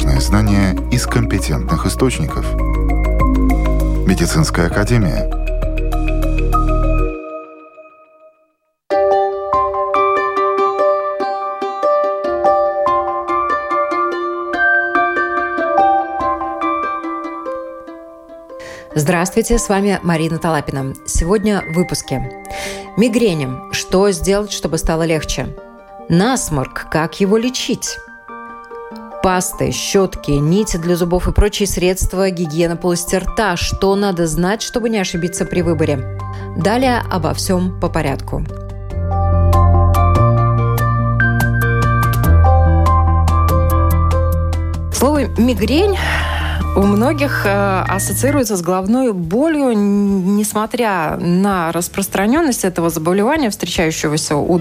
Важные знания из компетентных источников. Медицинская академия. Здравствуйте, с вами Марина Талапина. Сегодня в выпуске. Мигрень. Что сделать, чтобы стало легче? Насморк. Как его лечить? Пасты, щетки, нити для зубов и прочие средства гигиены полости рта. Что надо знать, чтобы не ошибиться при выборе? Далее обо всем по порядку. Слово «мигрень» у многих ассоциируется с головной болью, несмотря на распространенность этого заболевания, встречающегося у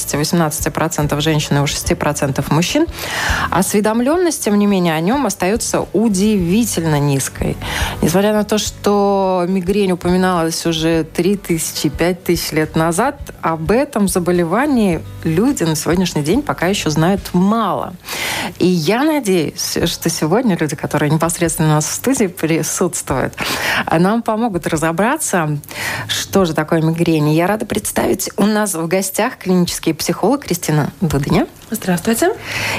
12-18% женщин и у 6% мужчин. Осведомленность, тем не менее, о нем остается удивительно низкой. Несмотря на то, что мигрень упоминалась уже 3000-5000 лет назад, об этом заболевании люди на сегодняшний день пока еще знают мало. И я надеюсь, что сегодня люди, которые непосредственно у нас в студии присутствуют, нам помогут разобраться, что же такое мигрень. Я рада представить, у нас в гостях клинический психолог Кристина Дудыня. Здравствуйте.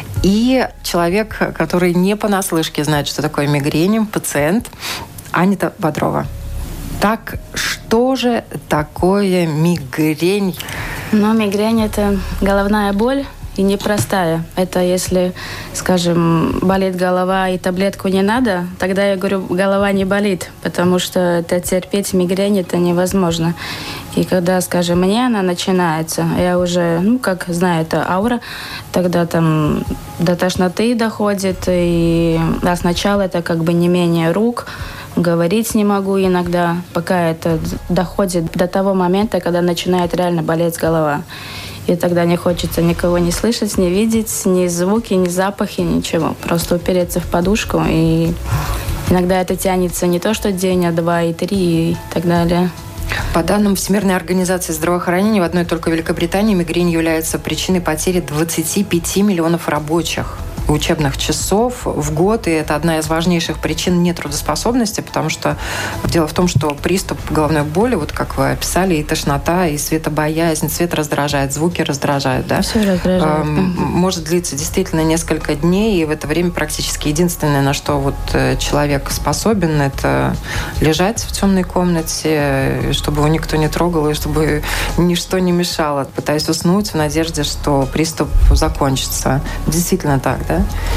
И человек, который не понаслышке знает, что такое мигрень, пациент Анита Бодрова. Так, что же такое мигрень? Мигрень – это головная боль. И непростая. Это если, скажем, болит голова и таблетку не надо, тогда я говорю, голова не болит, потому что это терпеть мигрень это невозможно. И когда, скажем, мне она начинается, я уже, как знаю, это аура, тогда там до тошноты доходит, и сначала это как бы немение рук, говорить не могу иногда, пока это доходит до того момента, когда начинает реально болеть голова. И тогда не хочется никого не слышать, не видеть, ни звуки, ни запахи, ничего. Просто упереться в подушку. И иногда это тянется не то, что день, а 2 и 3 и так далее. По данным Всемирной организации здравоохранения, в одной только Великобритании мигрень является причиной потери 25 миллионов рабочих учебных часов в год, и это одна из важнейших причин нетрудоспособности, потому что дело в том, что приступ головной боли, вот как вы описали, и тошнота, и светобоязнь, свет раздражает, звуки раздражают, да? Все раздражает. Может длиться действительно несколько дней, и в это время практически единственное, на что вот человек способен, это лежать в темной комнате, чтобы его никто не трогал, и чтобы ничто не мешало, пытаясь уснуть в надежде, что приступ закончится. Действительно так, да?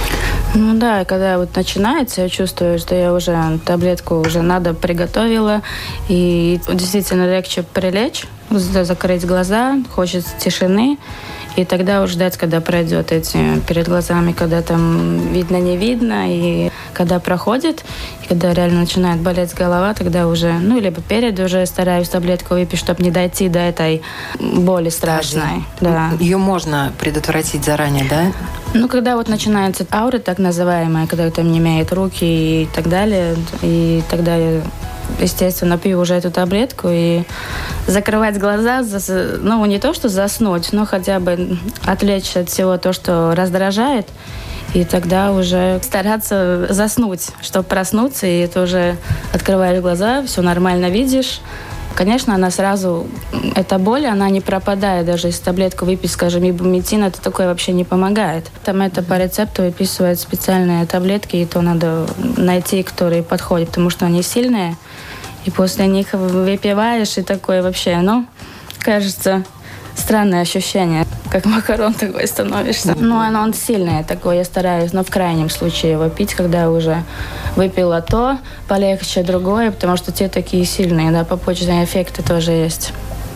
Да, когда вот начинается, я чувствую, что я уже таблетку уже надо приготовила, и действительно легче прилечь, закрыть глаза, хочется тишины, и тогда уже ждать, когда пройдет эти перед глазами, когда там видно, не видно, и когда проходит, и когда реально начинает болеть голова, тогда уже, либо перед уже стараюсь таблетку выпить, чтобы не дойти до этой боли страшной. Да. Ее можно предотвратить заранее, да? Когда вот начинается аура, так называемая, когда там немеют руки и так далее, и тогда я, естественно, пью уже эту таблетку и закрывать глаза, не то, что заснуть, но хотя бы отвлечься от всего то, что раздражает, и тогда уже стараться заснуть, чтобы проснуться, и это уже открываешь глаза, все нормально видишь. Конечно, она сразу, эта боль, она не пропадает, даже если таблетку выпить, скажем, ибуметин, это такое вообще не помогает. Там это по рецепту выписывают специальные таблетки, и то надо найти, которые подходят, потому что они сильные, и после них выпиваешь, и такое вообще, кажется, странное ощущение, как макарон такой становишься. Он сильный такой, я стараюсь, но в крайнем случае его пить, когда уже выпила то, полегче другое, потому что те такие сильные, да, побочные эффекты тоже есть.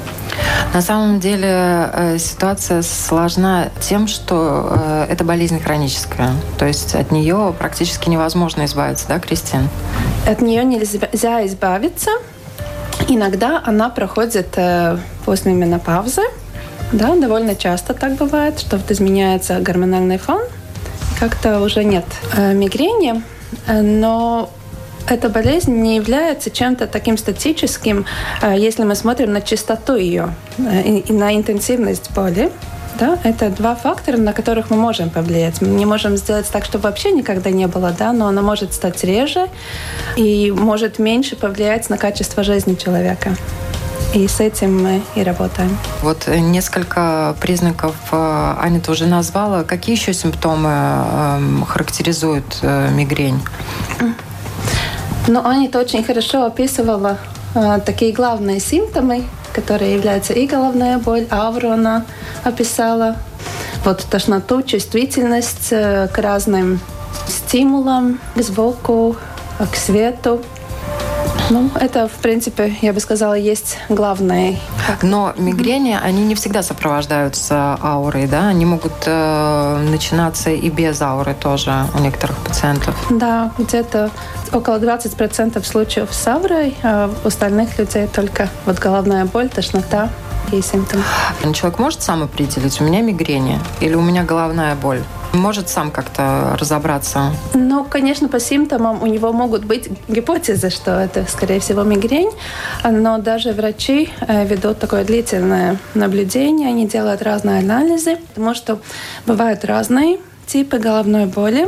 На самом деле ситуация сложна тем, что это болезнь хроническая. То есть от нее практически невозможно избавиться, да, Кристина? От нее нельзя избавиться. Иногда она проходит после менопаузы. Да, довольно часто так бывает, что изменяется гормональный фон. Как-то уже нет мигрени, но эта болезнь не является чем-то таким статическим, если мы смотрим на частоту ее и на интенсивность боли. Да? Это два фактора, на которых мы можем повлиять. Мы не можем сделать так, чтобы вообще никогда не было, да? Но она может стать реже и может меньше повлиять на качество жизни человека. И с этим мы и работаем. Вот несколько признаков Аня уже назвала. Какие еще симптомы характеризуют мигрень? Ну, Аня очень хорошо описывала такие главные симптомы, которые являются и головная боль, ауру она описала. Вот тошноту, чувствительность к разным стимулам, к звуку, к свету. Ну, это, в принципе, я бы сказала, есть главное. Но мигрени, они не всегда сопровождаются аурой, да? Они могут начинаться и без ауры тоже у некоторых пациентов. Да, где-то около 20% случаев с аурой, а у остальных людей только вот головная боль, тошнота и симптомы. Человек может сам определить, у меня мигрень или у меня головная боль? Может сам как-то разобраться? Ну, конечно, по симптомам у него могут быть гипотезы, что это, скорее всего, мигрень, но даже врачи ведут такое длительное наблюдение, они делают разные анализы, потому что бывают разные типы головной боли,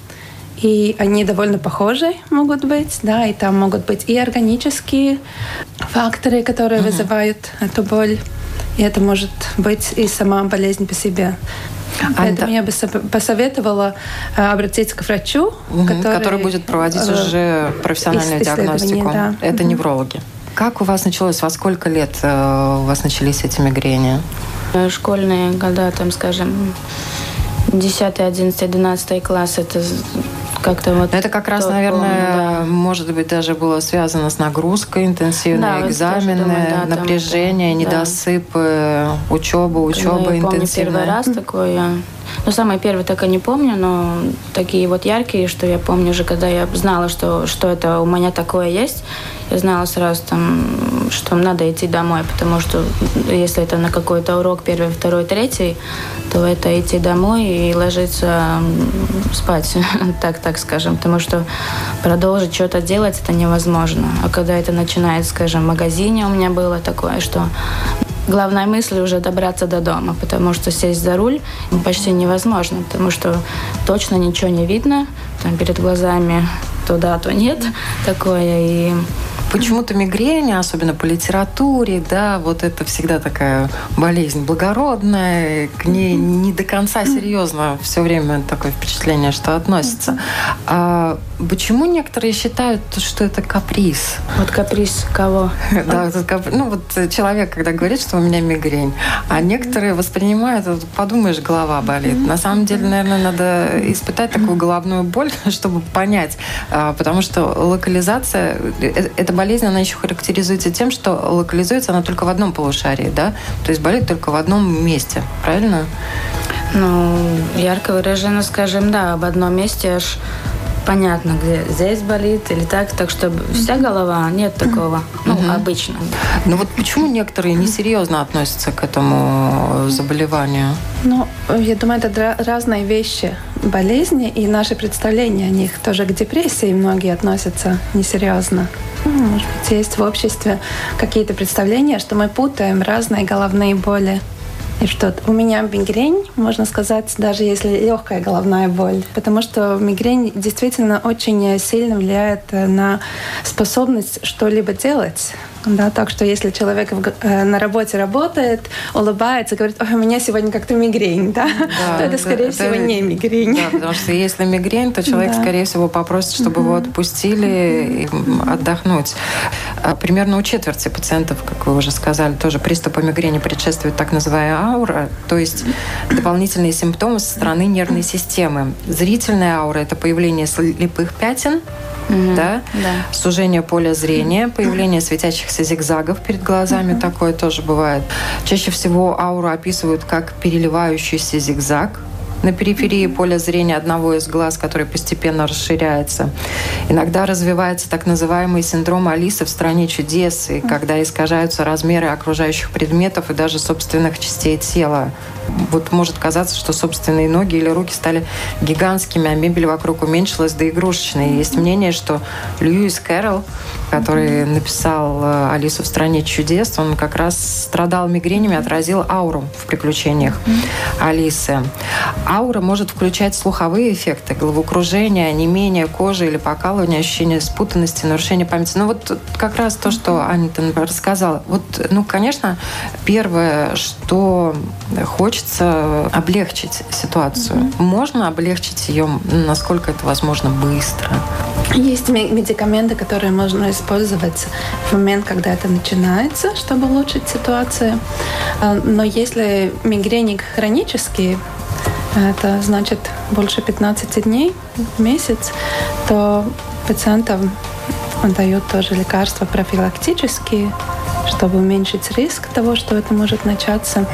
и они довольно похожи могут быть, да, и там могут быть и органические факторы, которые вызывают эту боль, и это может быть и сама болезнь по себе. Поэтому я бы посоветовала обратиться к врачу, который будет проводить уже профессиональную диагностику. Да. Это неврологи. Как у вас началось? Во сколько лет у вас начались эти мигрени? Школьные года, там, скажем, 10, 11, 12 класс, это как-то вот... Это как раз, наверное, да. Может быть, даже было связано с нагрузкой, интенсивные да, экзамены, думаю, да, напряжение, недосыпы, учеба интенсивная. Я помню первый раз такое. Ну, самый первый так и не помню, но такие вот яркие, что я помню уже, когда я знала, что это у меня такое есть, я знала сразу, там, что надо идти домой, потому что если это на какой-то урок первый, второй, третий, то это идти домой и ложиться спать, так скажем, потому что продолжить что-то делать это невозможно. А когда это начинает, скажем, в магазине у меня было такое, что главная мысль уже добраться до дома, потому что сесть за руль почти невозможно, потому что точно ничего не видно, там перед глазами то да, то нет, такое. И почему-то мигрень, особенно по литературе, да, вот это всегда такая болезнь благородная, к ней не до конца серьезно все время такое впечатление, что относится. А почему некоторые считают, что это каприз? Вот каприз кого? Да, ну вот человек, когда говорит, что у меня мигрень, а некоторые воспринимают, подумаешь, голова болит. На самом деле, наверное, надо испытать такую головную боль, чтобы понять, потому что локализация, эта болезнь, она еще характеризуется тем, что локализуется она только в одном полушарии, да? То есть болит только в одном месте, правильно? Ну, ярко выраженно, скажем, да, об одном месте аж понятно, где здесь болит или так что вся голова, нет такого, обычно. Ну вот почему некоторые несерьезно относятся к этому заболеванию? Ну, я думаю, это разные вещи, болезни, и наши представления о них. Тоже к депрессии многие относятся несерьезно. Может быть, есть в обществе какие-то представления, что мы путаем разные головные боли. И что у меня мигрень, можно сказать, даже если легкая головная боль. Потому что мигрень действительно очень сильно влияет на способность что-либо делать. Да, так что если человек на работе работает, улыбается, говорит, ой, у меня сегодня как-то мигрень, да, то это, скорее всего, не мигрень. Да, потому что если мигрень, то человек, скорее всего, попросит, чтобы его отпустили отдохнуть. Примерно у четверти пациентов, как вы уже сказали, тоже приступа мигрени предшествует так называемая аура, то есть дополнительные симптомы со стороны нервной системы. Зрительная аура – это появление слепых пятен, да? Сужение поля зрения, появление светящихся зигзагов перед глазами, такое тоже бывает. Чаще всего ауру описывают как переливающийся зигзаг, на периферии поля зрения одного из глаз, который постепенно расширяется. Иногда развивается так называемый синдром Алисы в «Стране чудес», и когда искажаются размеры окружающих предметов и даже собственных частей тела. Вот может казаться, что собственные ноги или руки стали гигантскими, а мебель вокруг уменьшилась до игрушечной. Есть мнение, что Льюис Кэрролл, который написал «Алису в стране чудес», он как раз страдал мигренями, отразил ауру в приключениях Алисы. Аура может включать слуховые эффекты, головокружение, онемение кожи или покалывание, ощущение спутанности, нарушение памяти. Ну вот как раз то, что Аня рассказала. Вот, конечно, первое, что хочется облегчить ситуацию. Можно облегчить ее, насколько это возможно, быстро? Есть медикаменты, которые можно использовать в момент, когда это начинается, чтобы улучшить ситуацию. Но если мигрени хронические, это значит больше 15 дней в месяц, то пациентам дают тоже лекарства профилактические, чтобы уменьшить риск того, что это может начаться.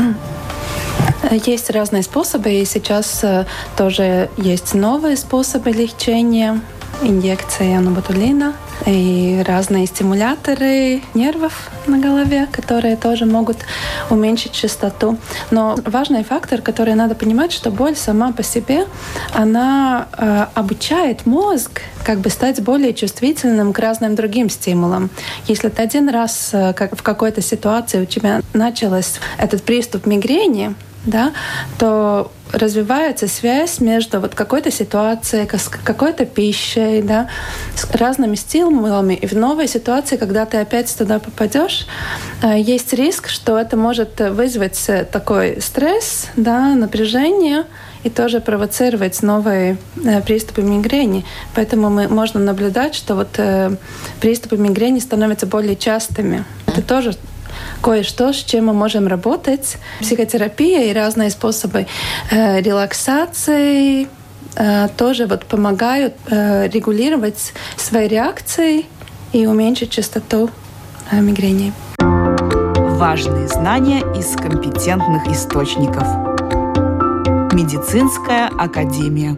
Есть разные способы, и сейчас тоже есть новые способы лечения. Инъекция ботулина и разные стимуляторы нервов на голове, которые тоже могут уменьшить частоту. Но важный фактор, который надо понимать, что боль сама по себе, она обучает мозг как бы стать более чувствительным к разным другим стимулам. Если ты один раз в какой-то ситуации у тебя начался этот приступ мигрени, да, то развивается связь между вот какой-то ситуацией, с какой-то пищей, да, с разными стимулами. И в новой ситуации, когда ты опять туда попадешь, есть риск, что это может вызвать такой стресс, да, напряжение и тоже провоцировать новые приступы мигрени. Поэтому можно наблюдать, что вот приступы мигрени становятся более частыми. Это тоже кое-что, с чем мы можем работать. Психотерапия и разные способы релаксации тоже вот помогают регулировать свои реакции и уменьшить частоту мигрени. Важные знания из компетентных источников. Медицинская академия.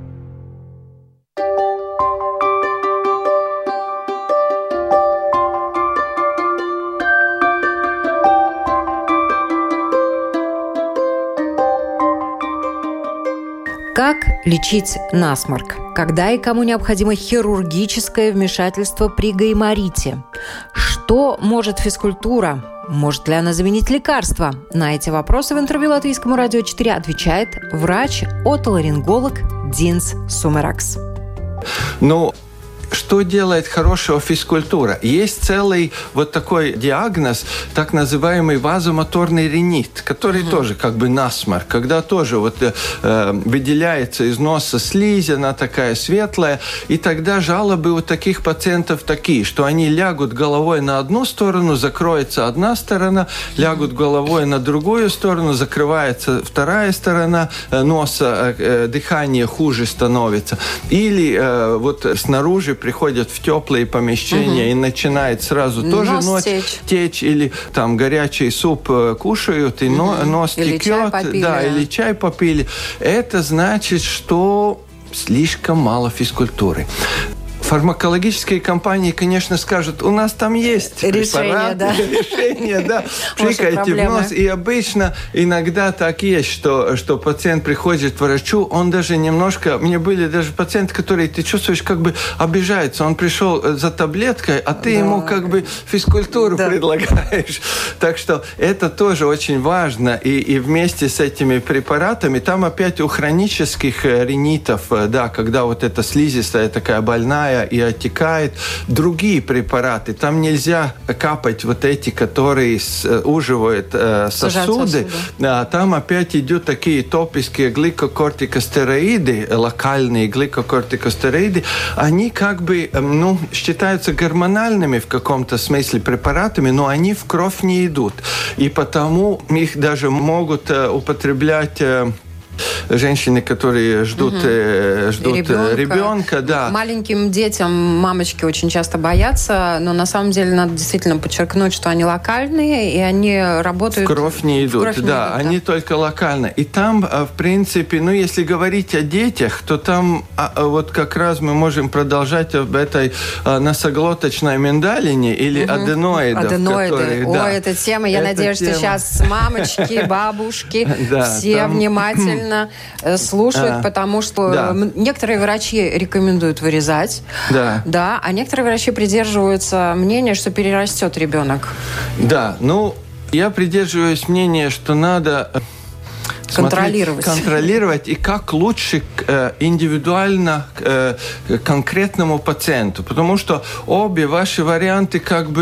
Как лечить насморк? Когда и кому необходимо хирургическое вмешательство при гайморите? Что может физкультура? Может ли она заменить лекарства? На эти вопросы в интервью Латвийскому радио 4 отвечает врач-отоларинголог Динс Сумеракс. Что делает хорошего физкультура? Есть целый вот такой диагноз, так называемый вазомоторный ринит, который тоже как бы насморк, когда тоже вот выделяется из носа слизь, она такая светлая, и тогда жалобы у таких пациентов такие, что они лягут головой на одну сторону, закроется одна сторона, лягут головой на другую сторону, закрывается вторая сторона носа, дыхание хуже становится. Или вот снаружи приходят в теплые помещения и начинает сразу тоже нос течь, или там горячий суп кушают, и нос текет, или чай попили. Это значит, что слишком мало физкультуры. Фармакологические компании, конечно, скажут, у нас там есть решение, да, пшикайте в нос. И обычно иногда так есть, что пациент приходит к врачу, он даже немножко... Мне были даже пациенты, которые, ты чувствуешь, как бы обижаются. Он пришел за таблеткой, а ты ему как бы физкультуру предлагаешь. Так что это тоже очень важно. И вместе с этими препаратами, там опять у хронических ринитов, да, когда вот эта слизистая такая больная, и оттекает, другие препараты. Там нельзя капать вот эти, которые суживают сосуды. Там опять идут такие топические гликокортикостероиды, локальные гликокортикостероиды. Они как бы, считаются гормональными в каком-то смысле препаратами, но они в кровь не идут. И потому их даже могут употреблять женщины, которые ждут ребенка. Да. Маленьким детям мамочки очень часто боятся, но на самом деле надо действительно подчеркнуть, что они локальные, и они работают... В кровь не идут, они только локально. И там, в принципе, если говорить о детях, то там вот как раз мы можем продолжать об этой носоглоточной миндалине или аденоидов. Аденоиды. Эта тема, я надеюсь, что сейчас мамочки, бабушки, все внимательно слушают, потому что некоторые врачи рекомендуют вырезать, а некоторые врачи придерживаются мнения, что перерастет ребенок. Да, я придерживаюсь мнения, что надо контролировать и как лучше индивидуально конкретному пациенту. Потому что обе ваши варианты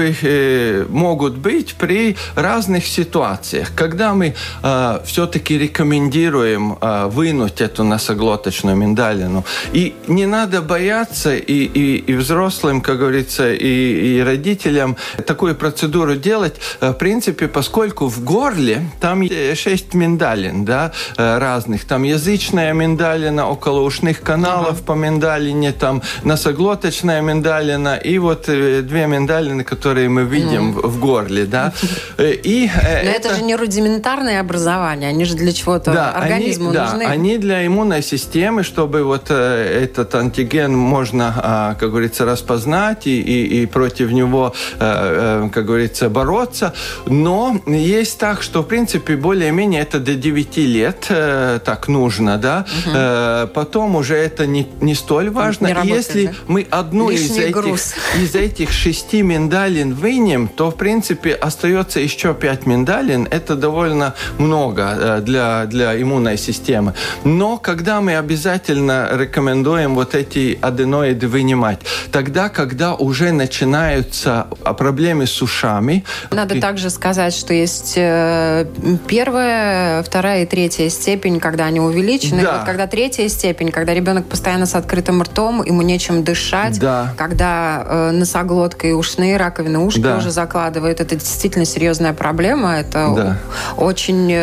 могут быть при разных ситуациях. Когда мы все-таки рекомендуем вынуть эту носоглоточную миндалину, и не надо бояться и взрослым, как говорится, и родителям такую процедуру делать, в принципе, поскольку в горле там 6 миндалин, разных. Там язычная миндалина, околоушных каналов по миндалине, там носоглоточная миндалина и 2 миндалины, которые мы видим в горле. Да? Но это же не рудиментарное образование, они же для чего-то организму нужны. Да, они для иммунной системы, чтобы этот антиген можно, как говорится, распознать и против него, как говорится, бороться. Но есть так, что, в принципе, более-менее это до 9 лет так нужно, да. Потом уже это не столь важно. Не работает, если мы одну из этих 6 миндалин вынем, то, в принципе, остается еще 5 миндалин. Это довольно много для иммунной системы. Но когда мы обязательно рекомендуем эти аденоиды вынимать, тогда, когда уже начинаются проблемы с ушами. Надо также сказать, что есть первая, вторая и третья степень, когда они увеличены. Да. Когда третья степень, когда ребенок постоянно с открытым ртом, ему нечем дышать, когда носоглотка и ушные раковины, ушки уже закладывают, это действительно серьезная проблема. Это очень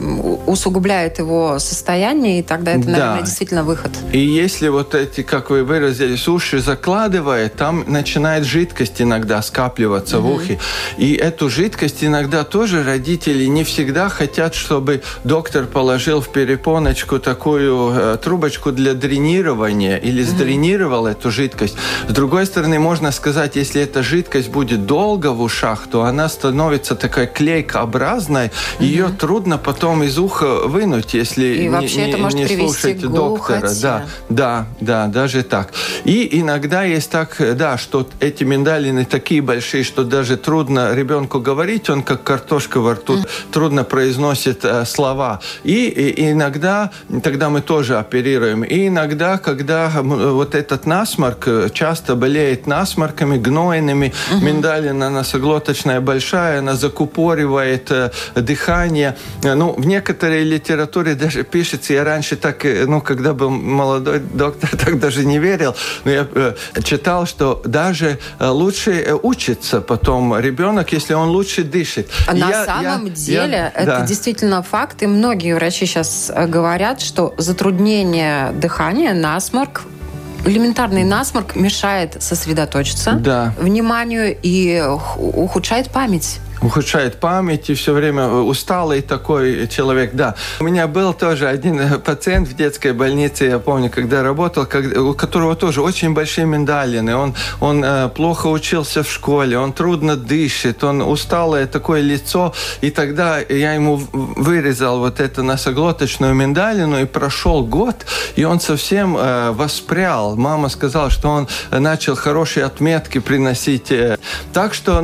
усугубляет его состояние, и тогда это, наверное, действительно выход. И если эти, как вы выразились, уши закладывает, там начинает жидкость иногда скапливаться в ухе. И эту жидкость иногда тоже родители не всегда хотят, чтобы доктор положил в перепоночку такую трубочку для дренирования или сдренировал эту жидкость. С другой стороны, можно сказать, если эта жидкость будет долго в ушах, то она становится такой клейкообразной, ее трудно потом из уха вынуть, если не слушать доктора. Да, даже так. И иногда есть так, что эти миндалины такие большие, что даже трудно ребенку говорить, он как картошка во рту, трудно произносит слова. И иногда, тогда мы тоже оперируем. И иногда, когда этот насморк, часто болеет насморками, гнойными, миндалина носоглоточная большая, она закупоривает дыхание. В некоторой литературе даже пишется, я раньше так, когда был молодой доктор, так даже не верил, но я читал, что даже лучше учится потом ребенок, если он лучше дышит. На самом деле, это действительно факт, и многие врачи сейчас говорят, что затруднение дыхания, насморк, элементарный насморк мешает сосредоточиться вниманию и ухудшает память. Ухудшает память и все время усталый такой человек. Да. У меня был тоже один пациент в детской больнице, я помню, когда работал, у которого тоже очень большие миндалины. Он плохо учился в школе, он трудно дышит, он усталое такое лицо. И тогда я ему вырезал эту носоглоточную миндалину, и прошел год, и он совсем воспрял. Мама сказала, что он начал хорошие отметки приносить. Так что,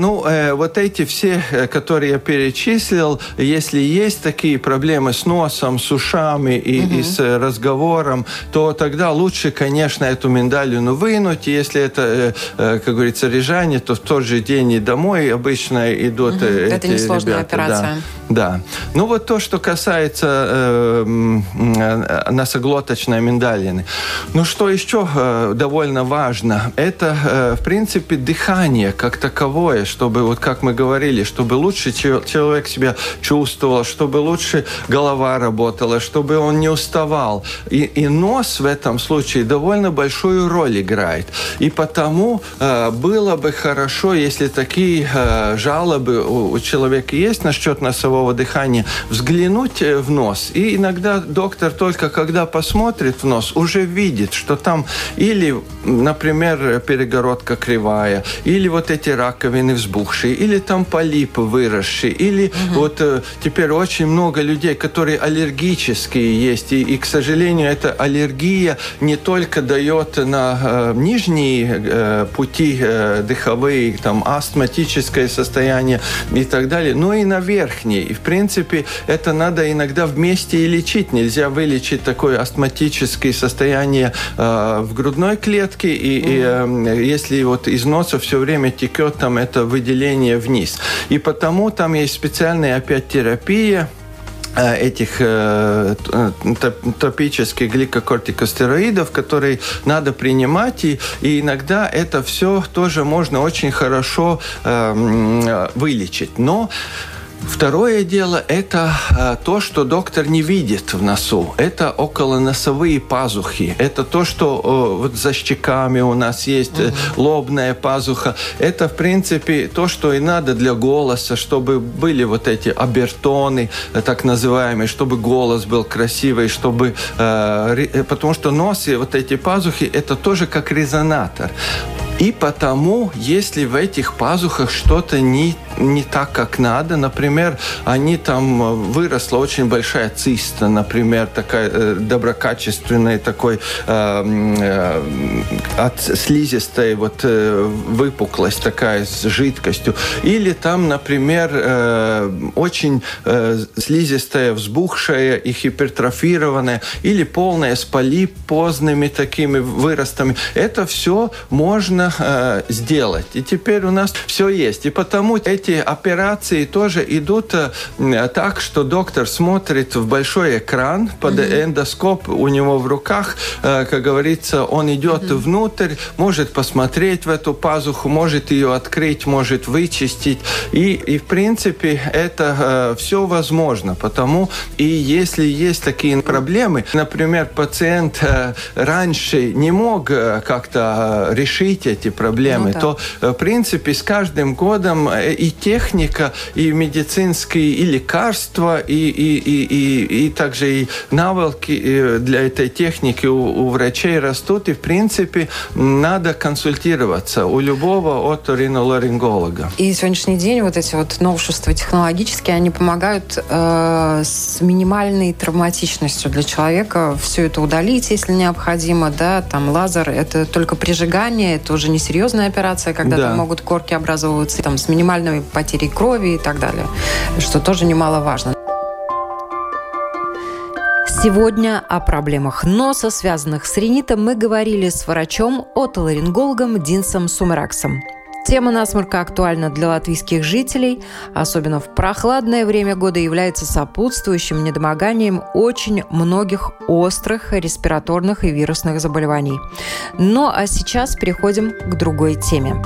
эти все, которые я перечислил, если есть такие проблемы с носом, с ушами и с разговором, то тогда лучше, конечно, эту миндалину вынуть. И если это, как говорится, режание, то в тот же день и домой обычно идут эти ребята. Это несложная операция. Да. То, что касается носоглоточной миндалины. Что еще довольно важно, это, в принципе, дыхание как таковое, чтобы, как мы говорили, чтобы чтобы лучше человек себя чувствовал, чтобы лучше голова работала, чтобы он не уставал. И нос в этом случае довольно большую роль играет. И потому было бы хорошо, если такие жалобы у человека есть насчет носового дыхания, взглянуть в нос. И иногда доктор только когда посмотрит в нос, уже видит, что там или, например, перегородка кривая, или вот эти раковины взбухшие, или там полипы выросшие, или вот теперь очень много людей, которые аллергические есть. И, к сожалению, эта аллергия не только дает на нижние пути дыховые, там, астматическое состояние и так далее, но и на верхние. И, в принципе, это надо иногда вместе и лечить. Нельзя вылечить такое астматическое состояние в грудной клетке, и если вот из носа все время текет там это выделение вниз. И потому там есть специальная опять терапия этих топических гликокортикостероидов, которые надо принимать, и иногда это все тоже можно очень хорошо вылечить. Но второе дело – это то, что доктор не видит в носу. Это околоносовые пазухи. Это то, что вот за щеками у нас есть лобная пазуха. Это, в принципе, то, что и надо для голоса, чтобы были вот эти обертоны, так называемые, чтобы голос был красивый, чтобы... потому что нос и вот эти пазухи – это тоже как резонатор. И потому, если в этих пазухах что-то не так, как надо, например, там выросла очень большая циста, например, такая доброкачественная, такой слизистая вот выпуклость такая с жидкостью. Или там, например, очень слизистая, взбухшая и гипертрофированная, или полная с полипозными такими выростами. Это все можно сделать. И теперь у нас все есть. И потому эти операции тоже идут так, что доктор смотрит в большой экран, под эндоскоп у него в руках, как говорится, он идет внутрь, может посмотреть в эту пазуху, может ее открыть, может вычистить. И в принципе, это все возможно. Потому и если есть такие проблемы, например, пациент раньше не мог как-то решить эти проблемы, то, в принципе, с каждым годом и техника, и медицинские, и лекарства, и также и навыки для этой техники у врачей растут, и, в принципе, надо консультироваться у любого оториноларинголога. И сегодняшний день вот эти вот новшества технологические, они помогают с минимальной травматичностью для человека все это удалить, если необходимо, да, там лазер, это только прижигание, это уже несерьезная операция, когда там могут корки образовываться, там, с минимальной потерей крови и так далее, что тоже немаловажно. Сегодня о проблемах носа, связанных с ринитом, мы говорили с врачом-отоларингологом Динсом Сумераксом. Тема насморка актуальна для латвийских жителей, особенно в прохладное время года, является сопутствующим недомоганием очень многих острых респираторных и вирусных заболеваний. Ну а сейчас переходим к другой теме.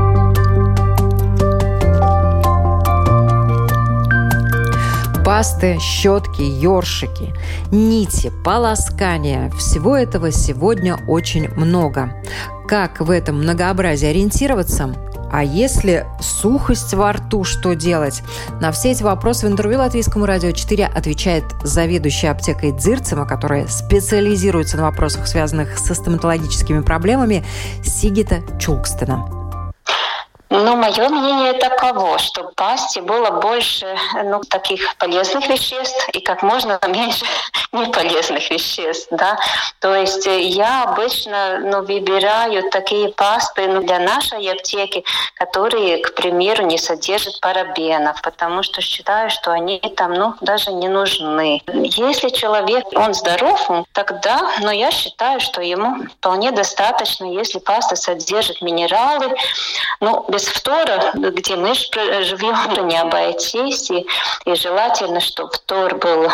Пасты, щетки, ёршики, нити, полоскания – всего этого сегодня очень много. Как в этом многообразии ориентироваться? А если сухость во рту, что делать? На все эти вопросы в интервью Латвийскому радио 4 отвечает заведующая аптекой Дзирцема, которая специализируется на вопросах, связанных со стоматологическими проблемами, Сигита Чулкстена. Ну, мое мнение таково, что в пасте было больше таких полезных веществ и как можно меньше неполезных веществ, да. То есть я обычно выбираю такие пасты для нашей аптеки, которые, к примеру, не содержат парабенов, потому что считаю, что они там даже не нужны. Если человек, он здоров, тогда, я считаю, что ему вполне достаточно, если паста содержит минералы, без фтора, где мы живем, не обойтись. И желательно, чтобы фтор был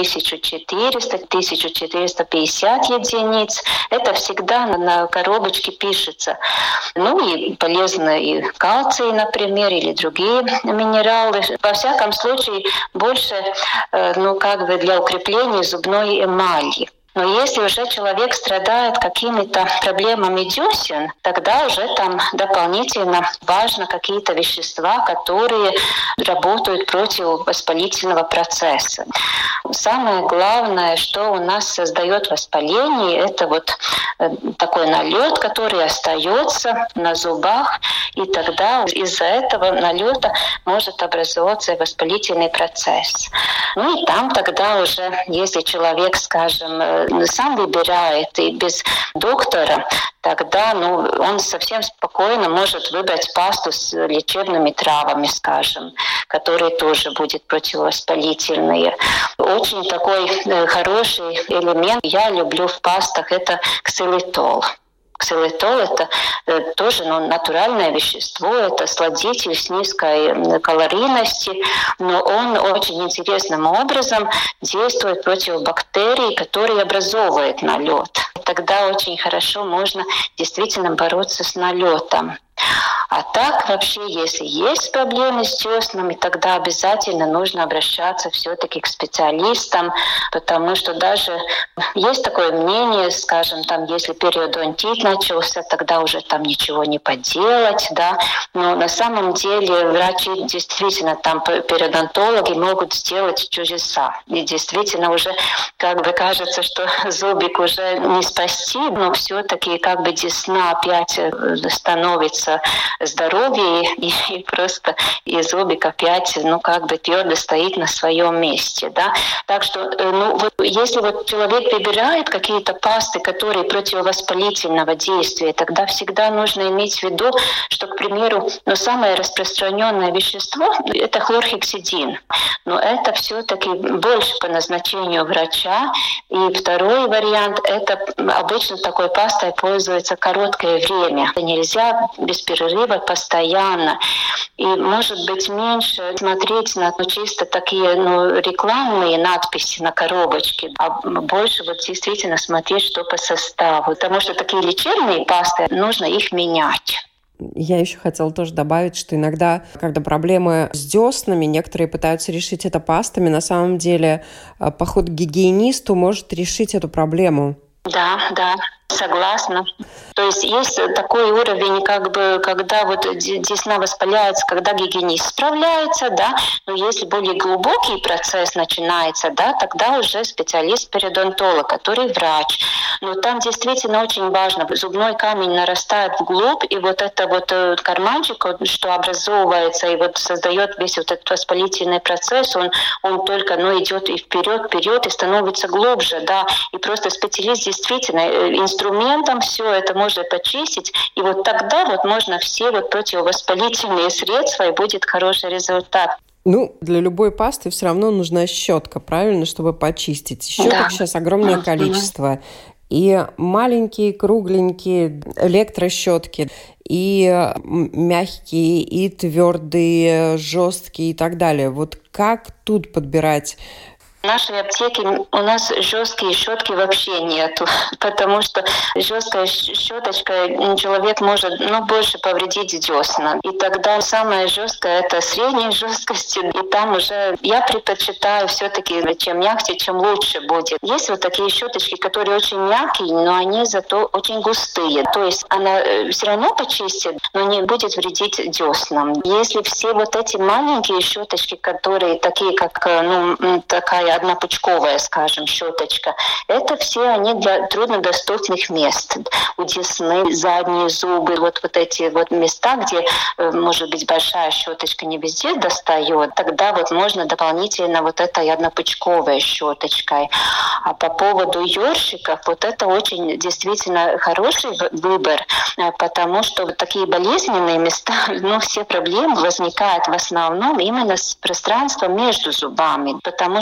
1400-1450 единиц. Это всегда на коробочке пишется. Ну и полезно и кальций, например, или другие минералы. Во всяком случае, больше для укрепления зубной эмали. Но если уже человек страдает какими-то проблемами десен, тогда уже там дополнительно важно какие-то вещества, которые работают против воспалительного процесса. Самое главное, что у нас создает воспаление, это вот такой налет, который остается на зубах, и тогда из-за этого налета может образоваться воспалительный процесс. Ну и там тогда уже, если человек, скажем, сам выбирает и без доктора, тогда он совсем спокойно может выбрать пасту с лечебными травами, скажем, которые тоже будут противовоспалительные. Очень такой хороший элемент я люблю в пастах – это ксилитол. Ксилитол – это тоже натуральное вещество, это сладитель с низкой калорийностью, но он очень интересным образом действует против бактерий, которые образовывают налет. Тогда очень хорошо можно действительно бороться с налетом. А так вообще, если есть проблемы с деснами, тогда обязательно нужно обращаться все-таки к специалистам, потому что даже есть такое мнение, скажем, там, если периодонтит начался, тогда уже там ничего не поделать, да. Но на самом деле врачи действительно, там периодонтологи могут сделать чудеса. И действительно уже кажется, что зубик уже не спасти, но все-таки десна опять становится здоровье, и просто и зубик опять твердо стоит на своем месте, да. Так что если человек выбирает какие-то пасты, которые противовоспалительного действия, тогда всегда нужно иметь в виду, что, к примеру, самое распространенное вещество – это хлорхексидин. Но это все-таки больше по назначению врача. И второй вариант – это обычно такой пастой пользуется короткое время. Нельзя без перерыва постоянно. И, может быть, меньше смотреть на чисто такие рекламные надписи на коробочке, а больше действительно смотреть, что по составу. Потому что такие лечебные пасты, нужно их менять. Я еще хотела тоже добавить, что иногда, когда проблемы с деснами, некоторые пытаются решить это пастами. На самом деле, поход к гигиенисту может решить эту проблему. Да. Согласна. То есть есть такой уровень, когда десна воспаляется, когда гигиенист справляется, да, но если более глубокий процесс начинается, да, тогда уже специалист-периодонтолог, который врач. Но там действительно очень важно, зубной камень нарастает вглубь, и это карманчик, что образовывается и создает весь этот воспалительный процесс, он только идет и вперед, и становится глубже, да, и просто специалист действительно инструментом все это может очистить, и тогда можно все противовоспалительные средства, и будет хороший результат. Для любой пасты все равно нужна щетка, правильно, чтобы почистить. Щеток сейчас огромное количество. И маленькие, кругленькие электрощетки, и мягкие, и твердые, жесткие и так далее. Как тут подбирать? В нашей аптеке у нас жесткие щетки вообще нету, потому что жесткая щеточка человек может больше повредить десна. И тогда самое жесткое – это средней жесткости. И там уже я предпочитаю все-таки, чем мягче, чем лучше будет. Есть такие щеточки, которые очень мягкие, но они зато очень густые. То есть она все равно почистит, но не будет вредить деснам. Если все эти маленькие щеточки, которые такие, как такая однопучковая, скажем, щеточка. Это все они для труднодоступных мест. У десны, задние зубы, эти места, где, может быть, большая щеточка не везде достает, тогда можно дополнительно этой однопучковой щеточкой. А по поводу ёршиков, это очень действительно хороший выбор, потому что такие болезненные места, все проблемы возникают в основном именно с пространством между зубами, потому что там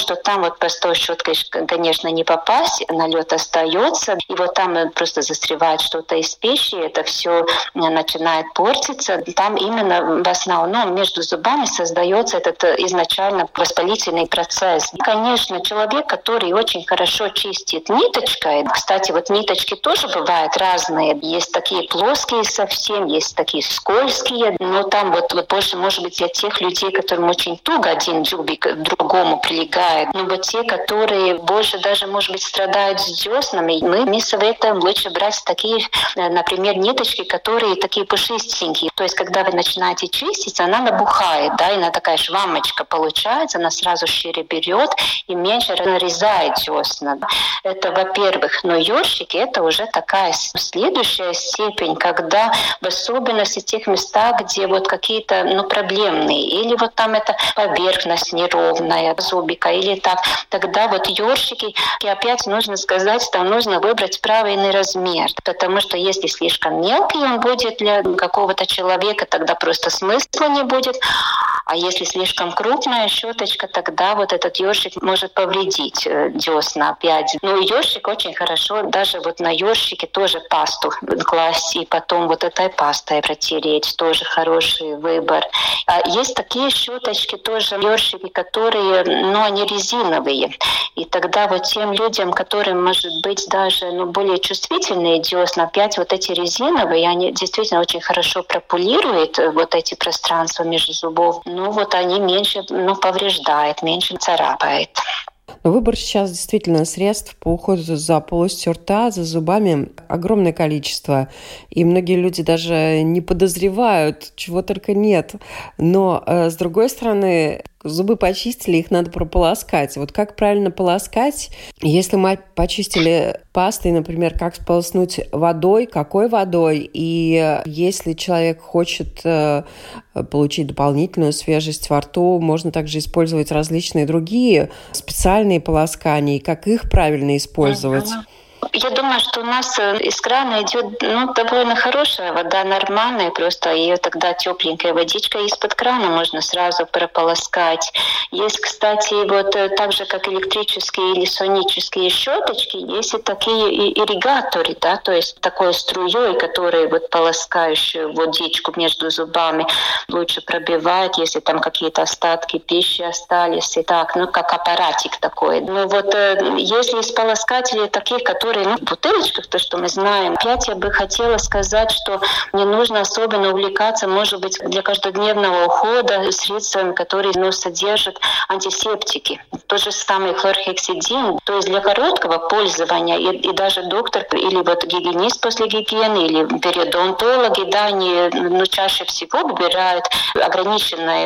вот простой щеткой, конечно, не попасть, налет остается, и вот там просто застревает что-то из пищи, это все начинает портиться. Там именно в основном между зубами создается этот изначально воспалительный процесс. Конечно, человек, который очень хорошо чистит ниточкой, кстати, вот ниточки тоже бывают разные, есть такие плоские совсем, есть такие скользкие, но там вот больше, может быть, для тех людей, которым очень туго один зубик к другому прилегает, но вот те, которые больше даже, может быть, страдают с деснами, мы советуем лучше брать такие, например, ниточки, которые такие пушистенькие. То есть, когда вы начинаете чистить, она набухает, да, и она такая швамочка получается, она сразу шире берет и меньше нарезает десна. Это, во-первых. Но ёршики — это уже такая следующая степень, когда в особенности в тех местах, где вот какие-то, проблемные, или вот там это поверхность неровная зубика, или так, тогда вот ёршики, и опять нужно сказать, там нужно выбрать правильный размер, потому что если слишком мелкий он будет для какого-то человека, тогда просто смысла не будет. А если слишком крупная щеточка, тогда вот этот ёршик может повредить десна опять. Но ёршик очень хорошо, даже вот на ёршике тоже пасту класть, и потом вот этой пастой протереть, тоже хороший выбор. А есть такие щеточки тоже, ёршики, которые, они резиновые. И тогда вот тем людям, которым, может быть, даже более чувствительные десна, опять вот эти резиновые, они действительно очень хорошо пропулируют вот эти пространства между зубов. Они меньше повреждают, меньше царапает. Выбор сейчас действительно средств по уходу за полостью рта, за зубами огромное количество. И многие люди даже не подозревают, чего только нет. Но, с другой стороны, зубы почистили, их надо прополоскать. Вот как правильно полоскать? Если мы почистили пастой, например, как сполоснуть водой, какой водой? И если человек хочет получить дополнительную свежесть во рту, можно также использовать различные другие специальные полоскания. И как их правильно использовать? Я думаю, что у нас из крана идет довольно хорошая вода, нормальная, просто ее тогда тепленькая водичка из-под крана можно сразу прополоскать. Есть, кстати, вот так же, как электрические или сонические щеточки, есть и такие ирригаторы, да, то есть такой струей, который вот полоскающую водичку между зубами лучше пробивает, если там какие-то остатки пищи остались, и так, как аппаратик такой. Если из полоскателей таких, которые в бутылочках, то, что мы знаем. Опять я бы хотела сказать, что не нужно особенно увлекаться, может быть, для каждодневного ухода средствами, которые содержат антисептики. Тот же самый хлорхексидин. То есть для короткого пользования и даже доктор или гигиенист после гигиены, или периодонтологи, да, они чаще всего выбирают ограниченное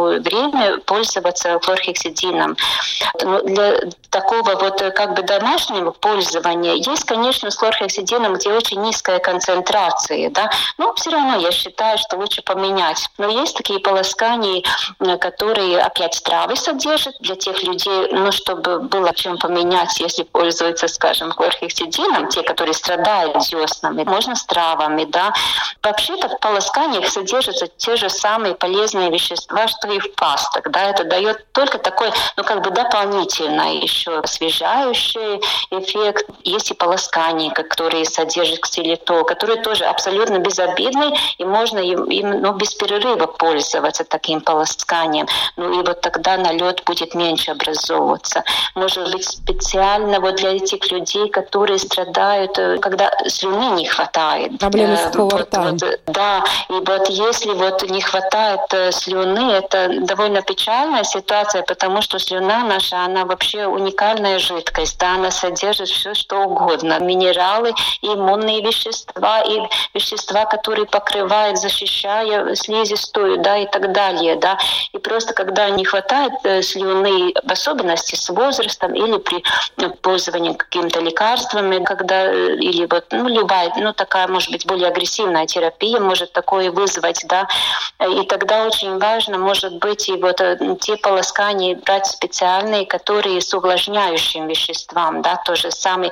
время пользоваться хлорхексидином. Но для такого домашнего пользования есть, конечно, с хлорхексидином, где очень низкая концентрация, да, но все равно я считаю, что лучше поменять. Но есть такие полоскания, которые опять травы содержат для тех людей, чтобы было чем поменять, если пользуются, скажем, хлорхексидином, те, которые страдают деснами, можно с травами, да. Вообще-то в полосканиях содержатся те же самые полезные вещества, что и в пастах, да, это дает только такой, дополнительно еще освежающий эффект. Есть и полоскания, которые содержат ксилитол, которые тоже абсолютно безобидны, и можно им без перерыва пользоваться таким полосканием. И тогда налет будет меньше образовываться. Может быть, специально для этих людей, которые страдают, когда слюны не хватает. Проблемы сухого рта. Да, и если не хватает слюны, это довольно печальная ситуация, потому что слюна наша, она вообще уникальная жидкость, да, она содержит все, что угодно. Минералы, и иммунные вещества, и вещества, которые покрывают, защищая слизистую, да, и так далее, да. И просто когда не хватает слюны, в особенности с возрастом или при пользовании какими-то лекарствами, когда или любая, такая, может быть, более агрессивная терапия может такое вызвать, да. И тогда очень важно, может быть, и те полоскания брать специальные, которые с увлажняющим веществом, да, то же самое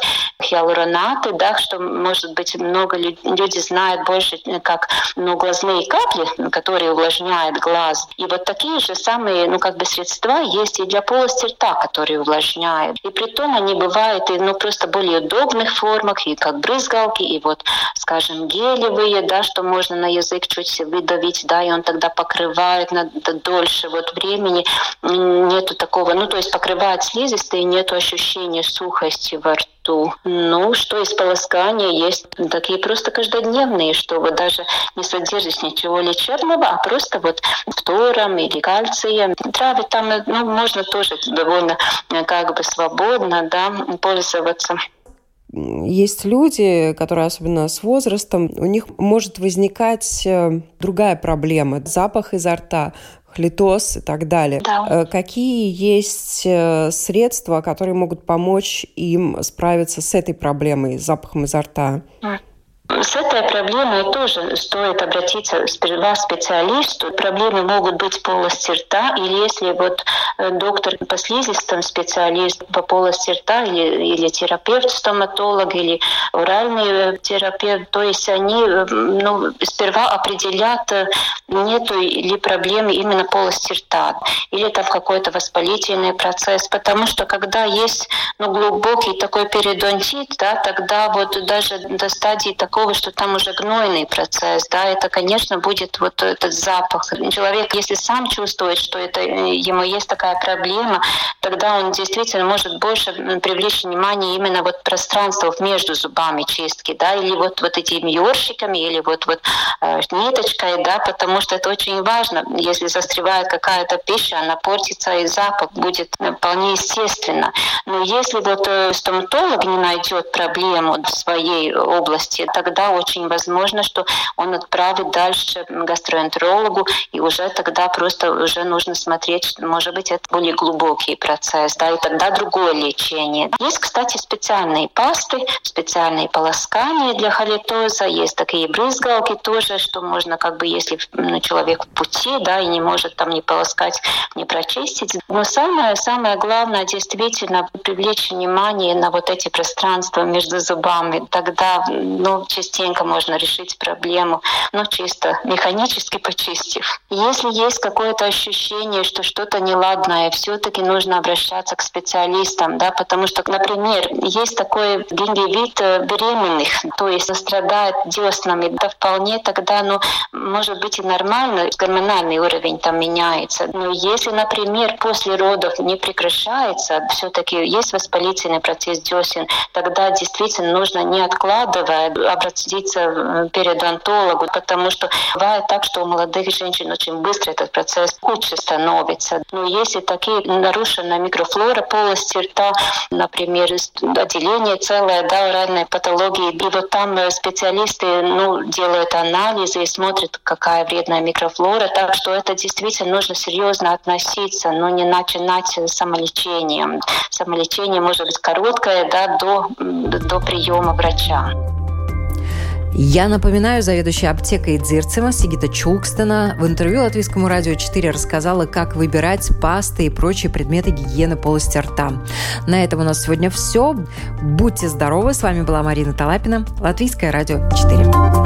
хиалуронаты, да, что, может быть, много люди знают больше, как глазные капли, которые увлажняют глаз. И вот такие же самые средства есть и для полости рта, которые увлажняют. И притом они бывают и просто более удобных формах, и как брызгалки, и вот, скажем, гелевые, да, что можно на язык чуть выдавить, да, и он тогда покрывает на дольше времени. Нету такого, то есть покрывает слизистые, нету ощущения сухости во рту. Что из полоскания есть такие просто каждодневные, что вот даже не содержит ничего лечебного, а просто вот фтором или кальцием. Травы там, можно тоже довольно свободно, да, пользоваться. Есть люди, которые, особенно с возрастом, у них может возникать другая проблема – запах изо рта, халитоз и так далее. Да. Какие есть средства, которые могут помочь им справиться с этой проблемой, с запахом изо рта? С этой проблемой тоже стоит обратиться сперва к специалисту. Проблемы могут быть в полости рта, или если доктор по слизистым, специалист по полости рта, или терапевт-стоматолог, или оральный терапевт, то есть они сперва определят, нету ли проблемы именно полости рта, или там какой-то воспалительный процесс, потому что когда есть глубокий такой периодонтит, да, тогда даже до стадии такого, что там уже гнойный процесс, да, это, конечно, будет этот запах. Человек, если сам чувствует, что ему есть такая проблема, тогда он действительно может больше привлечь внимание именно пространству между зубами чистки, да, или этими ёршиками, или ниточкой, да, потому что это очень важно. Если застревает какая-то пища, она портится, и запах будет вполне естественно. Но если стоматолог не найдет проблему в своей области, тогда очень возможно, что он отправит дальше гастроэнтерологу, и уже тогда уже нужно смотреть, что, может быть, это более глубокий процесс, да, и тогда другое лечение. Есть, кстати, специальные пасты, специальные полоскания для халитоза, есть такие брызгалки тоже, что можно, если человек в пути, да, и не может там не полоскать, не прочистить. Но самое главное, действительно, привлечь внимание на эти пространства между зубами. Тогда, частенько можно решить проблему, чисто механически почистив. Если есть какое-то ощущение, что что-то неладное, все-таки нужно обращаться к специалистам, да, потому что, например, есть такой гингивит беременных, то есть страдает деснами, да, вполне тогда, может быть и нормально, гормональный уровень там меняется. Но если, например, после родов не прекращается, все-таки есть воспалительный процесс десен, тогда действительно нужно, не откладывая, обратиться к периодонтологу, потому что бывает так, что у молодых женщин очень быстро этот процесс лучше становится. Но если такие нарушена микрофлора полости рта, например, отделение целое, да, оральной патологии, и там специалисты делают анализы и смотрят, какая вредная микрофлора, так что это действительно нужно серьезно относиться, но не начинать самолечением. Самолечение может быть короткое, да, до приема врача. Я напоминаю, заведующая аптекой Дзирцема Сигита Чулкстена в интервью Латвийскому радио 4 рассказала, как выбирать пасты и прочие предметы гигиены полости рта. На этом у нас сегодня все. Будьте здоровы. С вами была Марина Талапина, Латвийское радио 4.